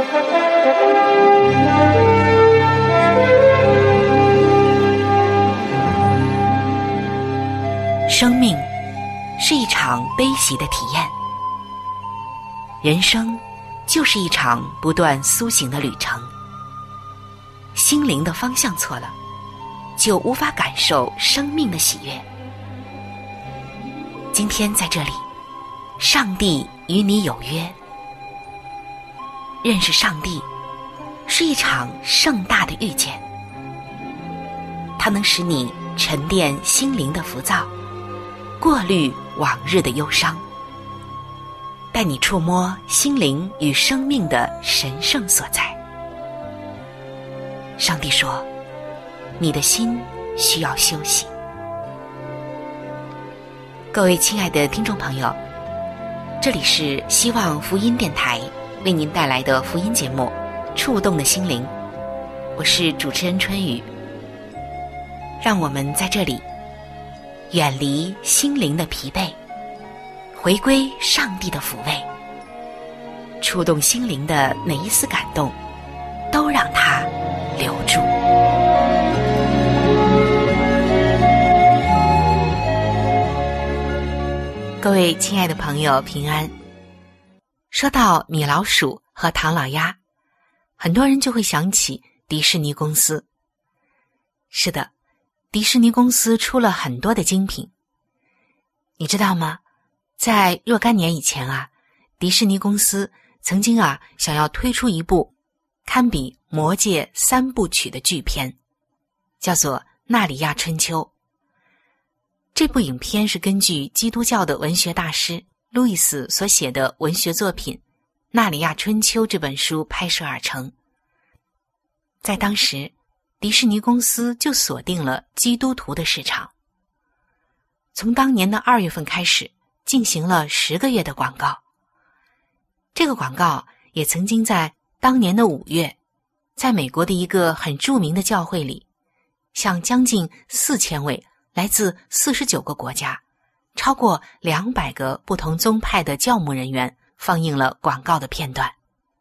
生命是一场悲喜的体验，人生就是一场不断苏醒的旅程。心灵的方向错了，就无法感受生命的喜悦。今天在这里，上帝与你有约。认识上帝是一场盛大的遇见，它能使你沉淀心灵的浮躁，过滤往日的忧伤，带你触摸心灵与生命的神圣所在。上帝说，你的心需要休息。各位亲爱的听众朋友，这里是希望福音电台为您带来的福音节目《触动的心灵》，我是主持人春雨。让我们在这里远离心灵的疲惫，回归上帝的抚慰，触动心灵的每一丝感动，都让它留住。各位亲爱的朋友，平安。说到米老鼠和唐老鸭，很多人就会想起迪士尼公司。是的，迪士尼公司出了很多的精品。你知道吗？在若干年以前啊，迪士尼公司曾经想要推出一部堪比魔戒3部曲的巨片，叫做《纳里亚春秋》。这部影片是根据基督教的文学大师路易斯所写的文学作品《纳里亚春秋》这本书拍摄而成。在当时，迪士尼公司就锁定了基督徒的市场。从当年的2月份开始，进行了10个月的广告。这个广告也曾经在当年的5月，在美国的一个很著名的教会里，向将近4000位来自49个国家，超过200个不同宗派的教牧人员放映了广告的片段。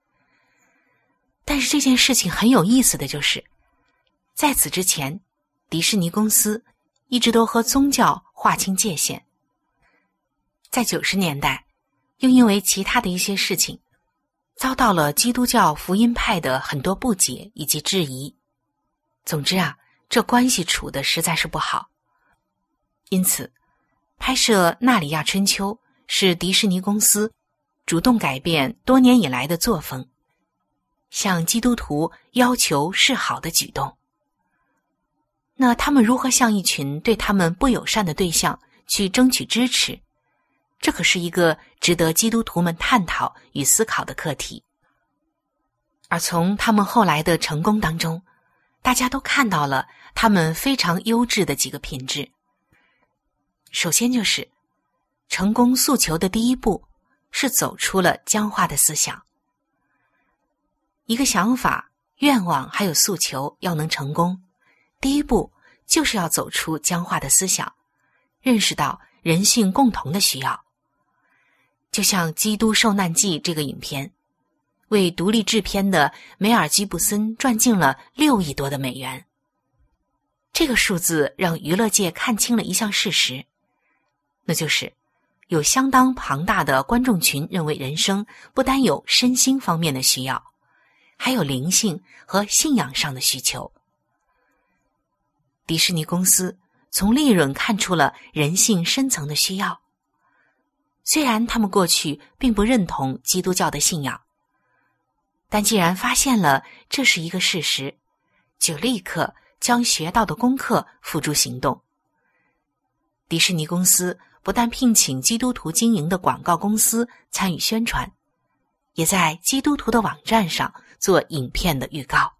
但是这件事情很有意思的就是，在此之前，迪士尼公司一直都和宗教划清界限。在90年代，又因为其他的一些事情，遭到了基督教福音派的很多不解以及质疑。总之这关系处得实在是不好。因此，拍摄《纳里亚春秋》是迪士尼公司主动改变多年以来的作风，向基督徒要求示好的举动。那他们如何向一群对他们不友善的对象去争取支持？这可是一个值得基督徒们探讨与思考的课题。而从他们后来的成功当中，大家都看到了他们非常优质的几个品质。首先就是成功诉求的第一步是走出了僵化的思想。一个想法、愿望还有诉求要能成功，第一步就是要走出僵化的思想，认识到人性共同的需要。就像《基督受难记》这个影片，为独立制片的梅尔吉布森赚进了6亿多的美元。这个数字让娱乐界看清了一项事实，那就是有相当庞大的观众群认为人生不单有身心方面的需要，还有灵性和信仰上的需求。迪士尼公司从利润看出了人性深层的需要。虽然他们过去并不认同基督教的信仰，但既然发现了这是一个事实，就立刻将学到的功课付诸行动。迪士尼公司不但聘请基督徒经营的广告公司参与宣传，也在基督徒的网站上做影片的预告。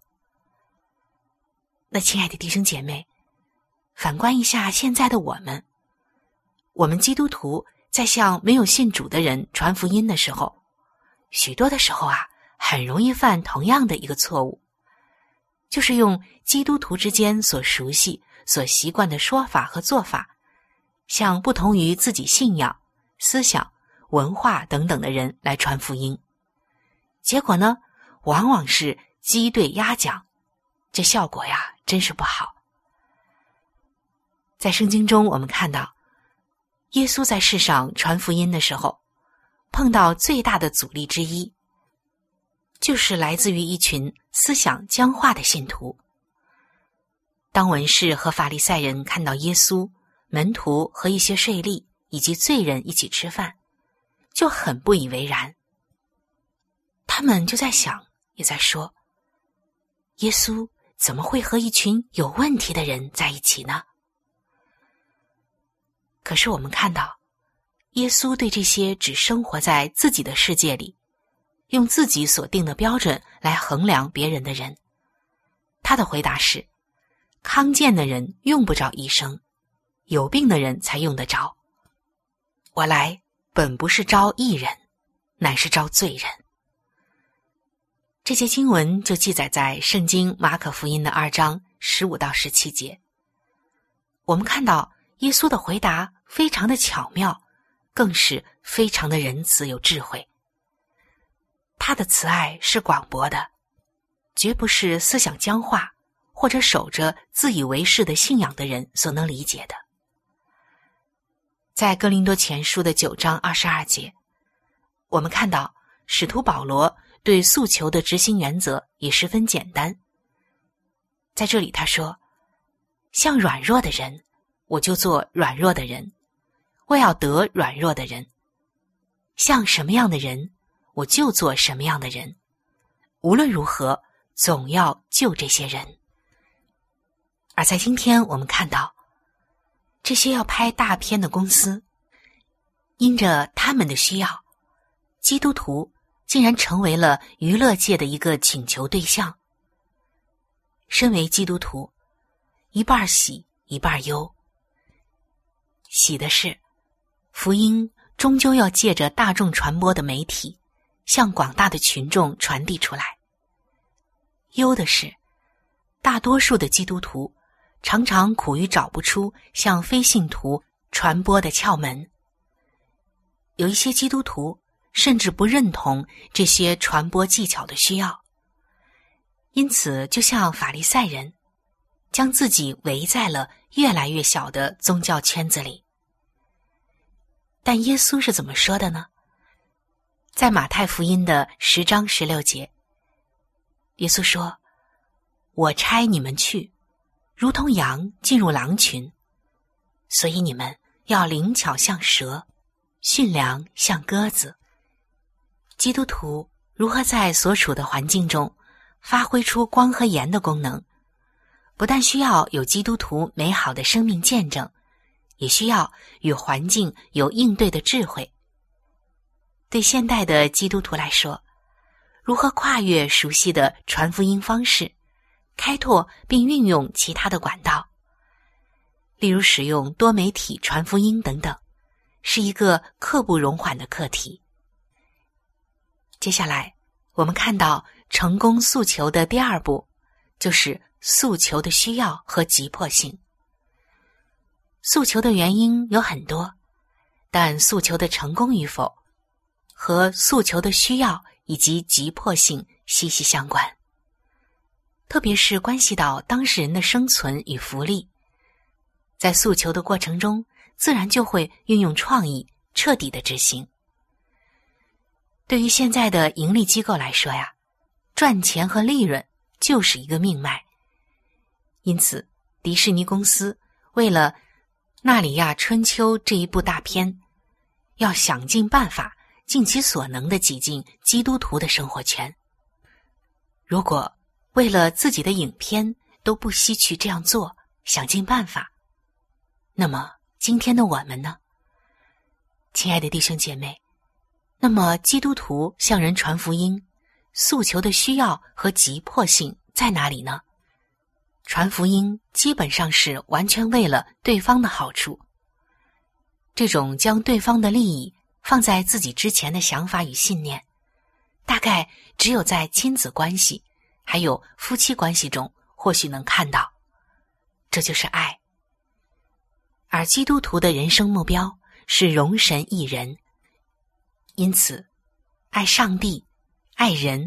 那亲爱的弟兄姐妹，反观一下现在的我们基督徒在向没有信主的人传福音的时候，许多的时候很容易犯同样的一个错误，就是用基督徒之间所熟悉、所习惯的说法和做法，向不同于自己信仰、思想、文化等等的人来传福音。结果呢， 往往是鸡对鸭讲，这效果呀真是不好。在圣经中我们看到，耶稣在世上传福音的时候，碰到最大的阻力之一，就是来自于一群思想僵化的信徒。当文士和法利赛人看到耶稣、门徒和一些税吏以及罪人一起吃饭，就很不以为然。他们就在想，也在说，耶稣怎么会和一群有问题的人在一起呢？可是我们看到，耶稣对这些只生活在自己的世界里，用自己所定的标准来衡量别人的人，他的回答是，康健的人用不着医生，有病的人才用得着。我来本不是招义人，乃是招罪人。这节经文就记载在圣经马可福音的2章15到17节。我们看到耶稣的回答非常的巧妙，更是非常的仁慈有智慧。他的慈爱是广博的，绝不是思想僵化或者守着自以为是的信仰的人所能理解的。在哥林多前书的9章22节，我们看到使徒保罗对诉求的执行原则也十分简单。在这里他说，像软弱的人，我就做软弱的人，我要得软弱的人；像什么样的人，我就做什么样的人。无论如何，总要救这些人。而在今天我们看到，这些要拍大片的公司，因着他们的需要，基督徒竟然成为了娱乐界的一个请求对象。身为基督徒，一半喜一半忧。喜的是，福音终究要借着大众传播的媒体，向广大的群众传递出来。忧的是，大多数的基督徒常常苦于找不出向非信徒传播的窍门。有一些基督徒甚至不认同这些传播技巧的需要，因此就像法利赛人，将自己围在了越来越小的宗教圈子里。但耶稣是怎么说的呢？在马太福音的10章16节，耶稣说，我差你们去，如同羊进入狼群，所以你们要灵巧像蛇，驯良像鸽子。基督徒如何在所处的环境中发挥出光和盐的功能，不但需要有基督徒美好的生命见证，也需要与环境有应对的智慧。对现代的基督徒来说，如何跨越熟悉的传福音方式，开拓并运用其他的管道，例如使用多媒体传福音等等，是一个刻不容缓的课题。接下来我们看到成功诉求的第2步，就是诉求的需要和急迫性。诉求的原因有很多，但诉求的成功与否和诉求的需要以及急迫性息息相关，特别是关系到当事人的生存与福利。在诉求的过程中，自然就会运用创意，彻底的执行。对于现在的盈利机构来说呀，赚钱和利润就是一个命脉。因此，迪士尼公司为了《纳里亚春秋》这一部大片，要想尽办法，尽其所能地挤进基督徒的生活圈。如果为了自己的影片都不惜去这样做，想尽办法，那么今天的我们呢？亲爱的弟兄姐妹，那么基督徒向人传福音，诉求的需要和急迫性在哪里呢？传福音基本上是完全为了对方的好处。这种将对方的利益放在自己之前的想法与信念，大概只有在亲子关系还有夫妻关系中或许能看到。这就是爱。而基督徒的人生目标是容神益人，因此爱上帝、爱人、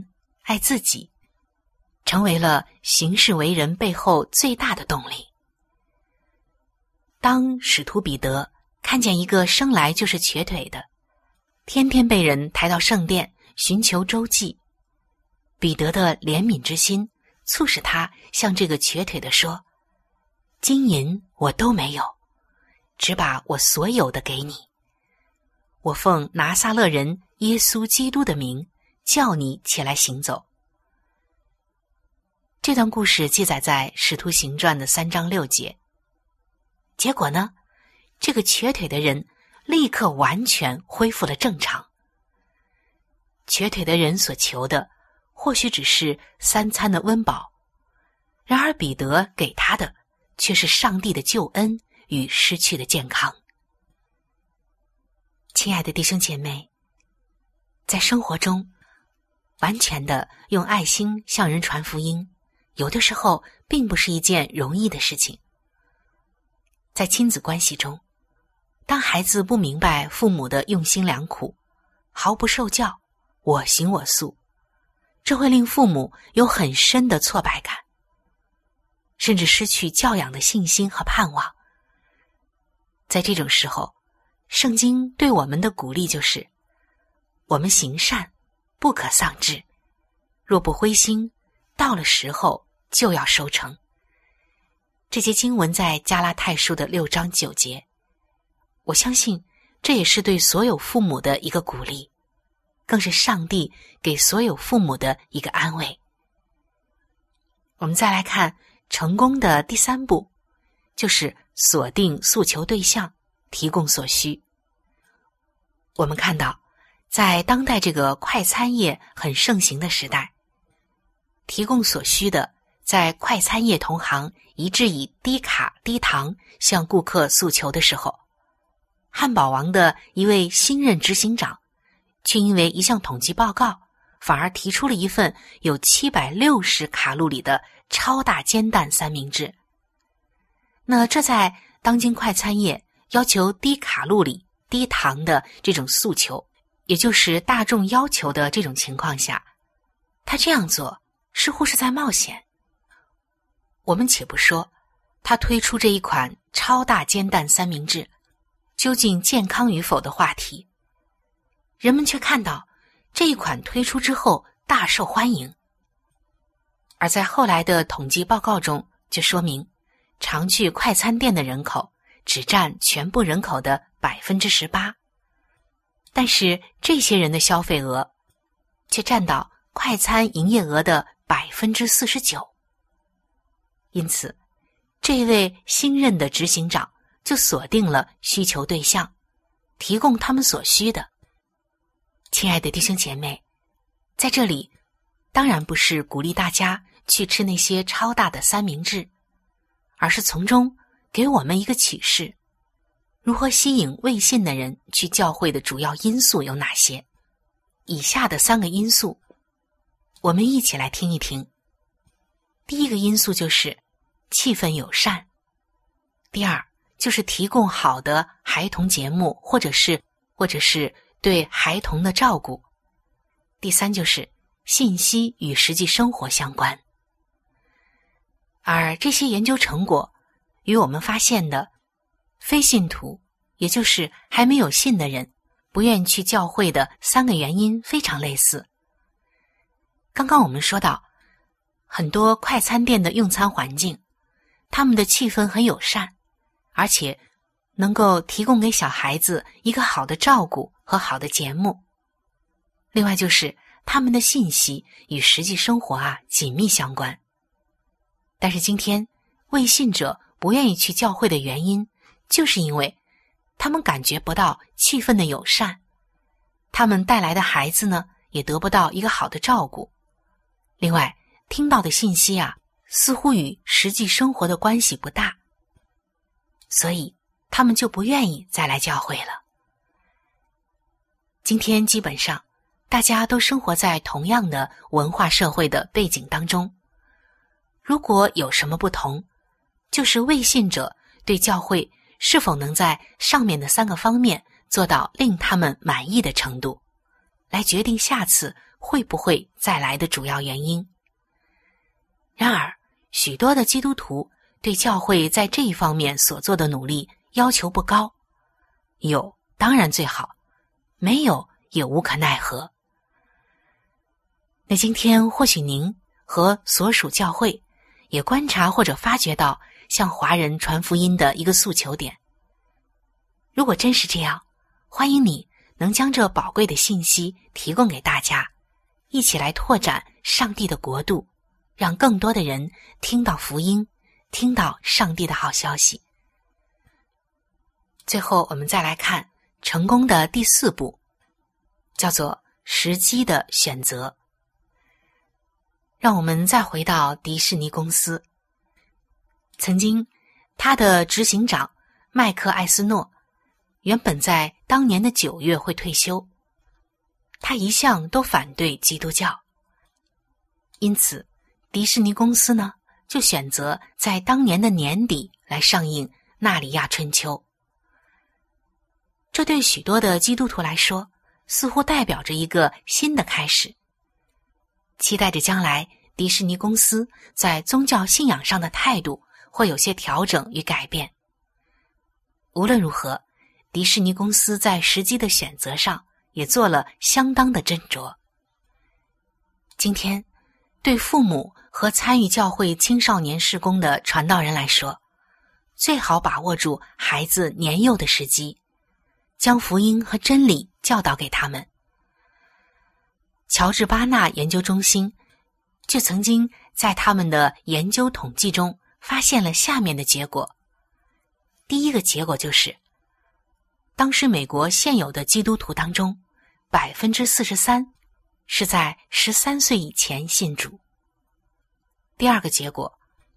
爱自己，成为了行事为人背后最大的动力。当使徒彼得看见一个生来就是瘸腿的，天天被人抬到圣殿寻求周济，彼得的怜悯之心促使他向这个瘸腿的说：金银我都没有，只把我所有的给你。我奉拿撒勒人耶稣基督的名叫你起来行走。这段故事记载在使徒行传的3章6节。结果呢，这个瘸腿的人立刻完全恢复了正常。瘸腿的人所求的或许只是3餐的温饱，然而彼得给他的却是上帝的救恩与失去的健康。亲爱的弟兄姐妹，在生活中完全的用爱心向人传福音，有的时候并不是一件容易的事情。在亲子关系中，当孩子不明白父母的用心良苦，毫不受教，我行我素，这会令父母有很深的挫败感，甚至失去教养的信心和盼望。在这种时候，圣经对我们的鼓励就是：我们行善，不可丧志，若不灰心，到了时候就要收成。这节经文在加拉太书的6章9节，我相信这也是对所有父母的一个鼓励，更是上帝给所有父母的一个安慰。我们再来看成功的第3步，就是锁定诉求对象，提供所需。我们看到，在当代这个快餐业很盛行的时代，提供所需的在快餐业同行一致以低卡低糖向顾客诉求的时候，汉堡王的一位新任执行长却因为一项统计报告，反而提出了一份有760卡路里的超大煎蛋三明治。那这在当今快餐业要求低卡路里低糖的这种诉求，也就是大众要求的这种情况下，他这样做似乎是在冒险。我们且不说他推出这一款超大煎蛋三明治究竟健康与否的话题，人们却看到这一款推出之后大受欢迎。而在后来的统计报告中就说明，常去快餐店的人口只占全部人口的 18%， 但是这些人的消费额却占到快餐营业额的 49%。 因此这位新任的执行长就锁定了需求对象，提供他们所需的。亲爱的弟兄姐妹，在这里当然不是鼓励大家去吃那些超大的三明治，而是从中给我们一个启示，如何吸引未信的人去教会的主要因素有哪些。以下的3个因素我们一起来听一听。第一个因素就是气氛友善，第二就是提供好的孩童节目或者是对孩童的照顾，第三就是信息与实际生活相关。而这些研究成果与我们发现的非信徒，也就是还没有信的人不愿去教会的3个原因非常类似。刚刚我们说到，很多快餐店的用餐环境，他们的气氛很友善，而且能够提供给小孩子一个好的照顾和好的节目。另外就是他们的信息与实际生活紧密相关。但是今天未信者不愿意去教会的原因，就是因为他们感觉不到气氛的友善，他们带来的孩子呢也得不到一个好的照顾。另外听到的信息似乎与实际生活的关系不大，所以他们就不愿意再来教会了。今天基本上大家都生活在同样的文化社会的背景当中，如果有什么不同，就是未信者对教会是否能在上面的3个方面做到令他们满意的程度，来决定下次会不会再来的主要原因。然而，许多的基督徒对教会在这一方面所做的努力要求不高，有当然最好，没有也无可奈何。那今天或许您和所属教会也观察或者发觉到向华人传福音的一个诉求点。如果真是这样，欢迎你能将这宝贵的信息提供给大家，一起来拓展上帝的国度，让更多的人听到福音，听到上帝的好消息。最后我们再来看成功的第4步，叫做时机的选择。让我们再回到迪士尼公司。曾经他的执行长麦克艾斯诺原本在当年的9月会退休，他一向都反对基督教，因此迪士尼公司呢就选择在当年的年底来上映《纳里亚春秋》。这对许多的基督徒来说似乎代表着一个新的开始，期待着将来迪士尼公司在宗教信仰上的态度会有些调整与改变。无论如何，迪士尼公司在时机的选择上也做了相当的斟酌。今天，对父母和参与教会青少年事工的传道人来说，最好把握住孩子年幼的时机，将福音和真理教导给他们。乔治巴纳研究中心就曾经在他们的研究统计中发现了下面的结果。第一个结果就是，当时美国现有的基督徒当中，43%是在13岁以前信主。第二个结果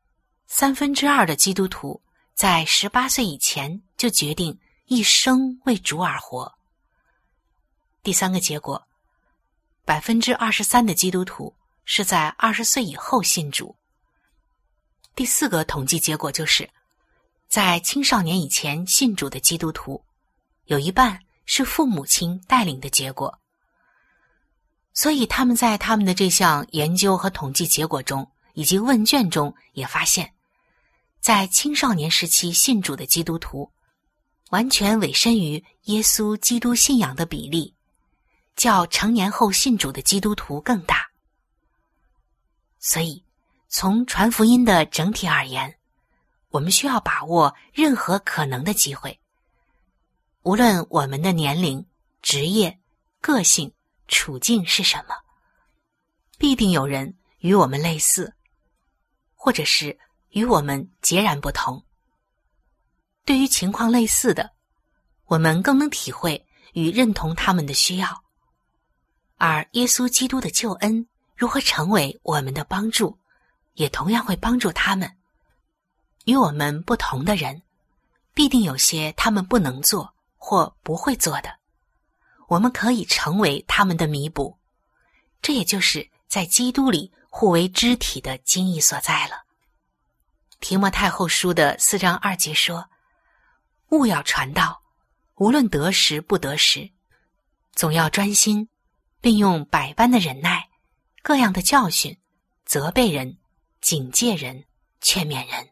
，2/3的基督徒在18岁以前就决定一生为主而活。第三个结果，23%的基督徒是在20岁以后信主。第四个统计结果就是，在青少年以前信主的基督徒，有一半是父母亲带领的结果。所以他们在他们的这项研究和统计结果中，以及问卷中也发现，在青少年时期信主的基督徒，完全委身于耶稣基督信仰的比例，较成年后信主的基督徒更大。所以，从传福音的整体而言，我们需要把握任何可能的机会。无论我们的年龄、职业、个性、处境是什么，必定有人与我们类似，或者是与我们截然不同。对于情况类似的，我们更能体会与认同他们的需要。而耶稣基督的救恩如何成为我们的帮助，也同样会帮助他们。与我们不同的人，必定有些他们不能做或不会做的，我们可以成为他们的弥补。这也就是在基督里互为肢体的精义所在了。提摩太后书的4章2节说，务要传道，无论得时不得时，总要专心，并用百般的忍耐，各样的教训，责备人，警戒人，劝勉人。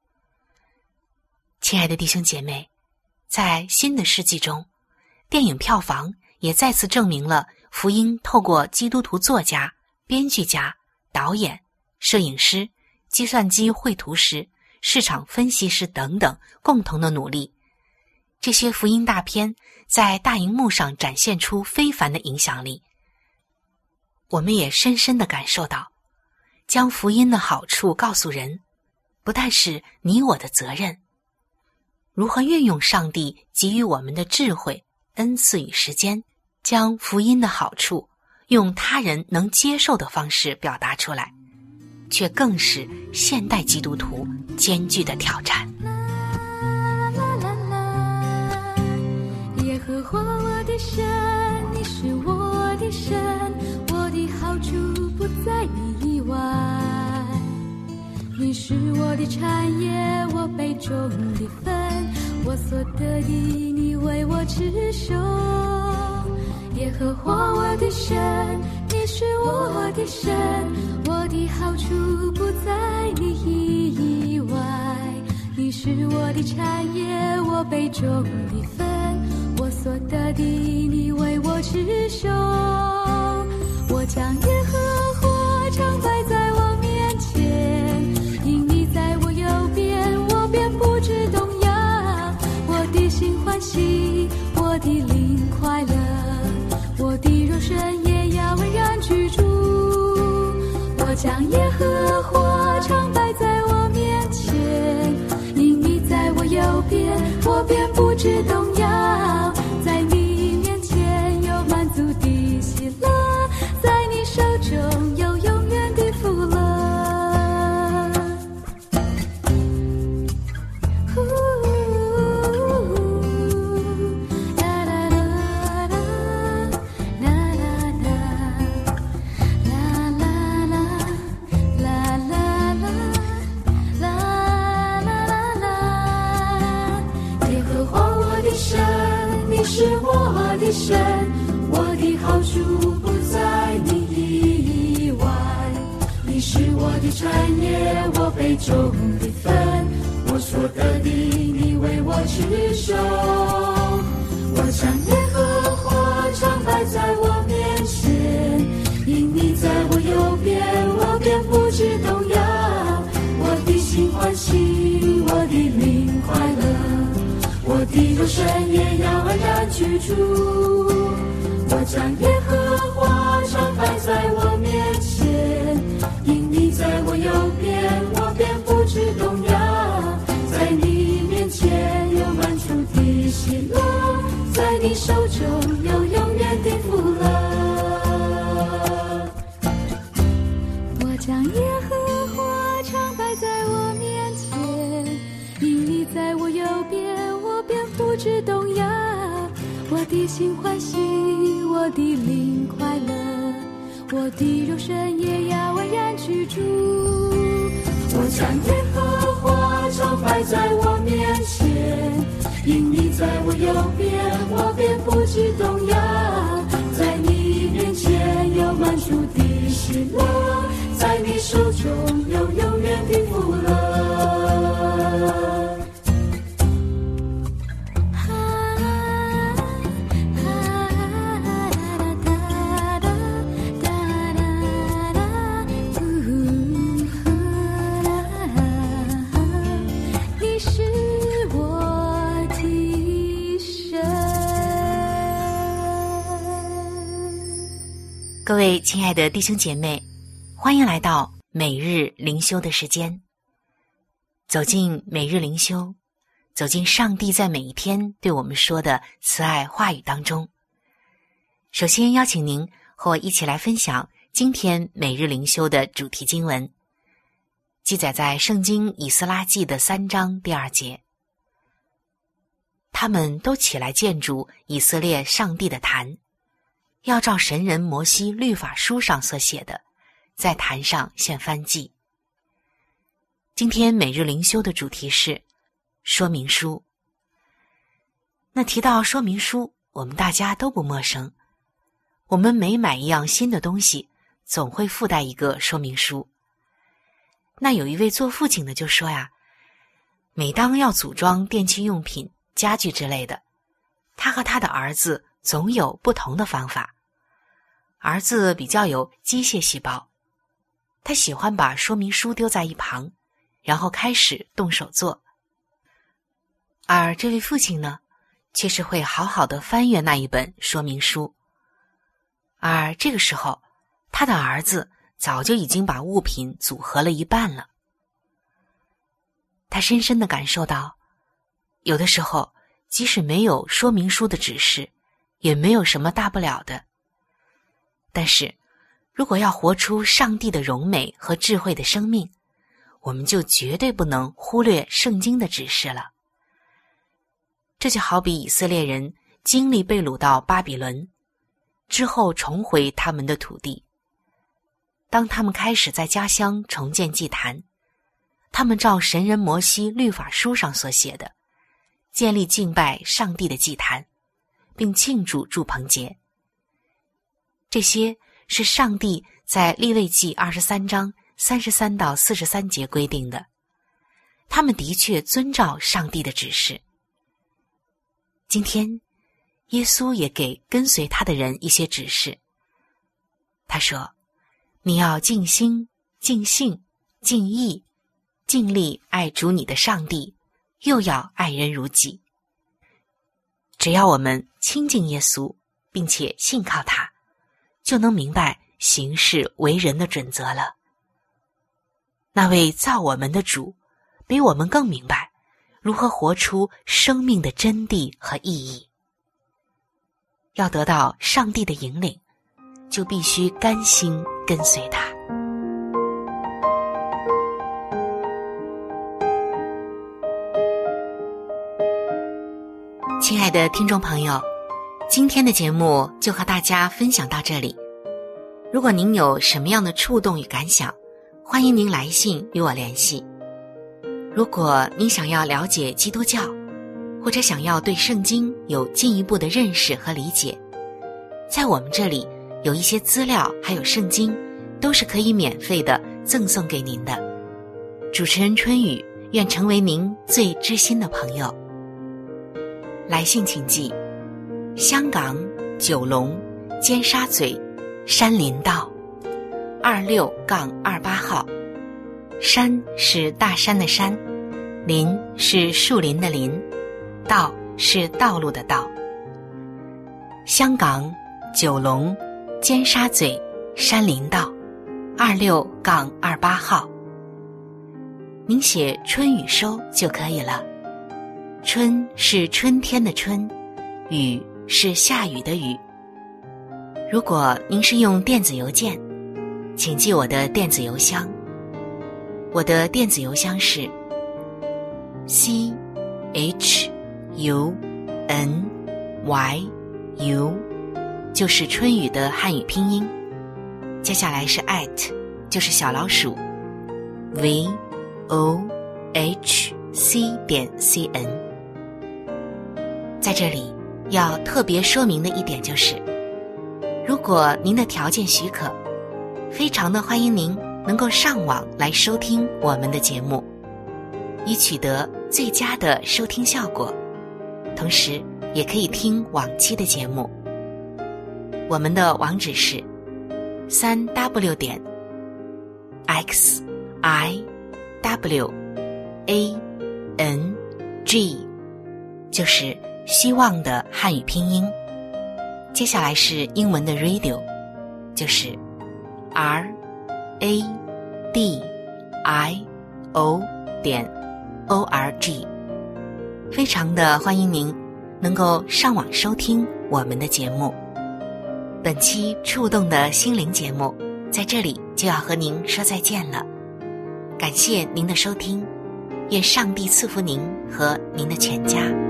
亲爱的弟兄姐妹，在新的世纪中，电影票房也再次证明了福音透过基督徒作家、编剧家、导演、摄影师、计算机绘图师、市场分析师等等共同的努力，这些福音大片在大荧幕上展现出非凡的影响力。我们也深深地感受到，将福音的好处告诉人，不但是你我的责任，如何运用上帝给予我们的智慧、恩赐与时间，将福音的好处用他人能接受的方式表达出来，却更是现代基督徒艰巨的挑战。 耶和华我的神，你是我的神，我的好处不在你以外。你是我的产业，我杯中的分，我所得的你为我持守。耶和华我的神，你是我的神，我的好处不在你以外。你是我的产业，我杯中的分，我所得的你为我持守。我将耶和华常摆在我面前，因你在我右边，我便不致动摇。我的心欢喜，我的灵快乐，我的肉身也要安然居住。我将耶和华常摆在我面前，因你在我右边，我便不致动摇。在你面前有满足的喜乐，在你手中有永远的福乐。是我的神，我的好处不在你以外。你是我的产业，我杯中的分，我所得的你为我持守。我将耶和华常摆在我面前，因你在我右边，我便不致动摇。我的心欢喜，我的灵快乐，我的肉身也要安然居住。我将耶和华常摆在我面前，因你在我右边，我便不致动摇。在你面前有满足的喜乐，在你手中有永远的福乐。我将耶和华常摆在我面前，因你在我右边，我便不致动摇。我的心欢喜，我的灵快乐，我的肉身也要安然居住。我将耶和华常摆在我面前，因你在我右边，我便不致动摇。在你面前有满足的喜乐，在你手中有永远的福乐。 各位亲爱的弟兄姐妹，欢迎来到每日灵修的时间。走进每日灵修，走进上帝在每一天对我们说的慈爱话语当中。首先邀请您和我一起来分享今天每日灵修的主题经文，记载在圣经以斯拉记的3章第2节。他们都起来建筑以色列上帝的坛，要照神人摩西律法书上所写的，在坛上献燔祭。今天每日灵修的主题是说明书。那提到说明书，我们大家都不陌生。我们每买一样新的东西，总会附带一个说明书。那有一位做父亲的就说呀，每当要组装电器用品、家具之类的，他和他的儿子总有不同的方法。儿子比较有机械细胞，他喜欢把说明书丢在一旁，然后开始动手做。而这位父亲呢，却是会好好的翻阅那一本说明书。而这个时候，他的儿子早就已经把物品组合了一半了。他深深地感受到，有的时候即使没有说明书的指示，也没有什么大不了的。但是如果要活出上帝的荣美和智慧的生命，我们就绝对不能忽略圣经的指示了。这就好比以色列人经历被掳到巴比伦之后，重回他们的土地。当他们开始在家乡重建祭坛，他们照神人摩西律法书上所写的，建立敬拜上帝的祭坛，并庆祝住棚节。这些是上帝在利未记23章33到43节规定的，他们的确遵照上帝的指示。今天耶稣也给跟随他的人一些指示。他说，你要尽心、尽性、尽意、尽力爱主你的上帝，又要爱人如己。只要我们亲近耶稣，并且信靠他，就能明白行事为人的准则了。那位造我们的主，比我们更明白如何活出生命的真谛和意义。要得到上帝的引领，就必须甘心跟随他。亲爱的听众朋友，今天的节目就和大家分享到这里。如果您有什么样的触动与感想，欢迎您来信与我联系。如果您想要了解基督教，或者想要对圣经有进一步的认识和理解，在我们这里有一些资料还有圣经，都是可以免费的赠送给您的。主持人春雨愿成为您最知心的朋友。来信请寄香港九龙尖沙咀山林道26-28号。山是大山的山，林是树林的林，道是道路的道。香港九龙尖沙咀山林道26-28号。您写春雨收就可以了。春是春天的春，雨是下雨的雨。如果您是用电子邮件，请寄我的电子邮箱。我的电子邮箱是 CHUNYU， 就是春雨的汉语拼音，接下来是 @ 就是小老鼠 VOHC.CN。在这里要特别说明的一点就是，如果您的条件许可，非常的欢迎您能够上网来收听我们的节目，以取得最佳的收听效果，同时也可以听往期的节目。我们的网址是 3W.XIWANG， 就是希望的汉语拼音，接下来是英文的 radio， 就是 RADIO.ORG。 非常的欢迎您能够上网收听我们的节目。本期触动的心灵节目在这里就要和您说再见了，感谢您的收听，愿上帝赐福您和您的全家。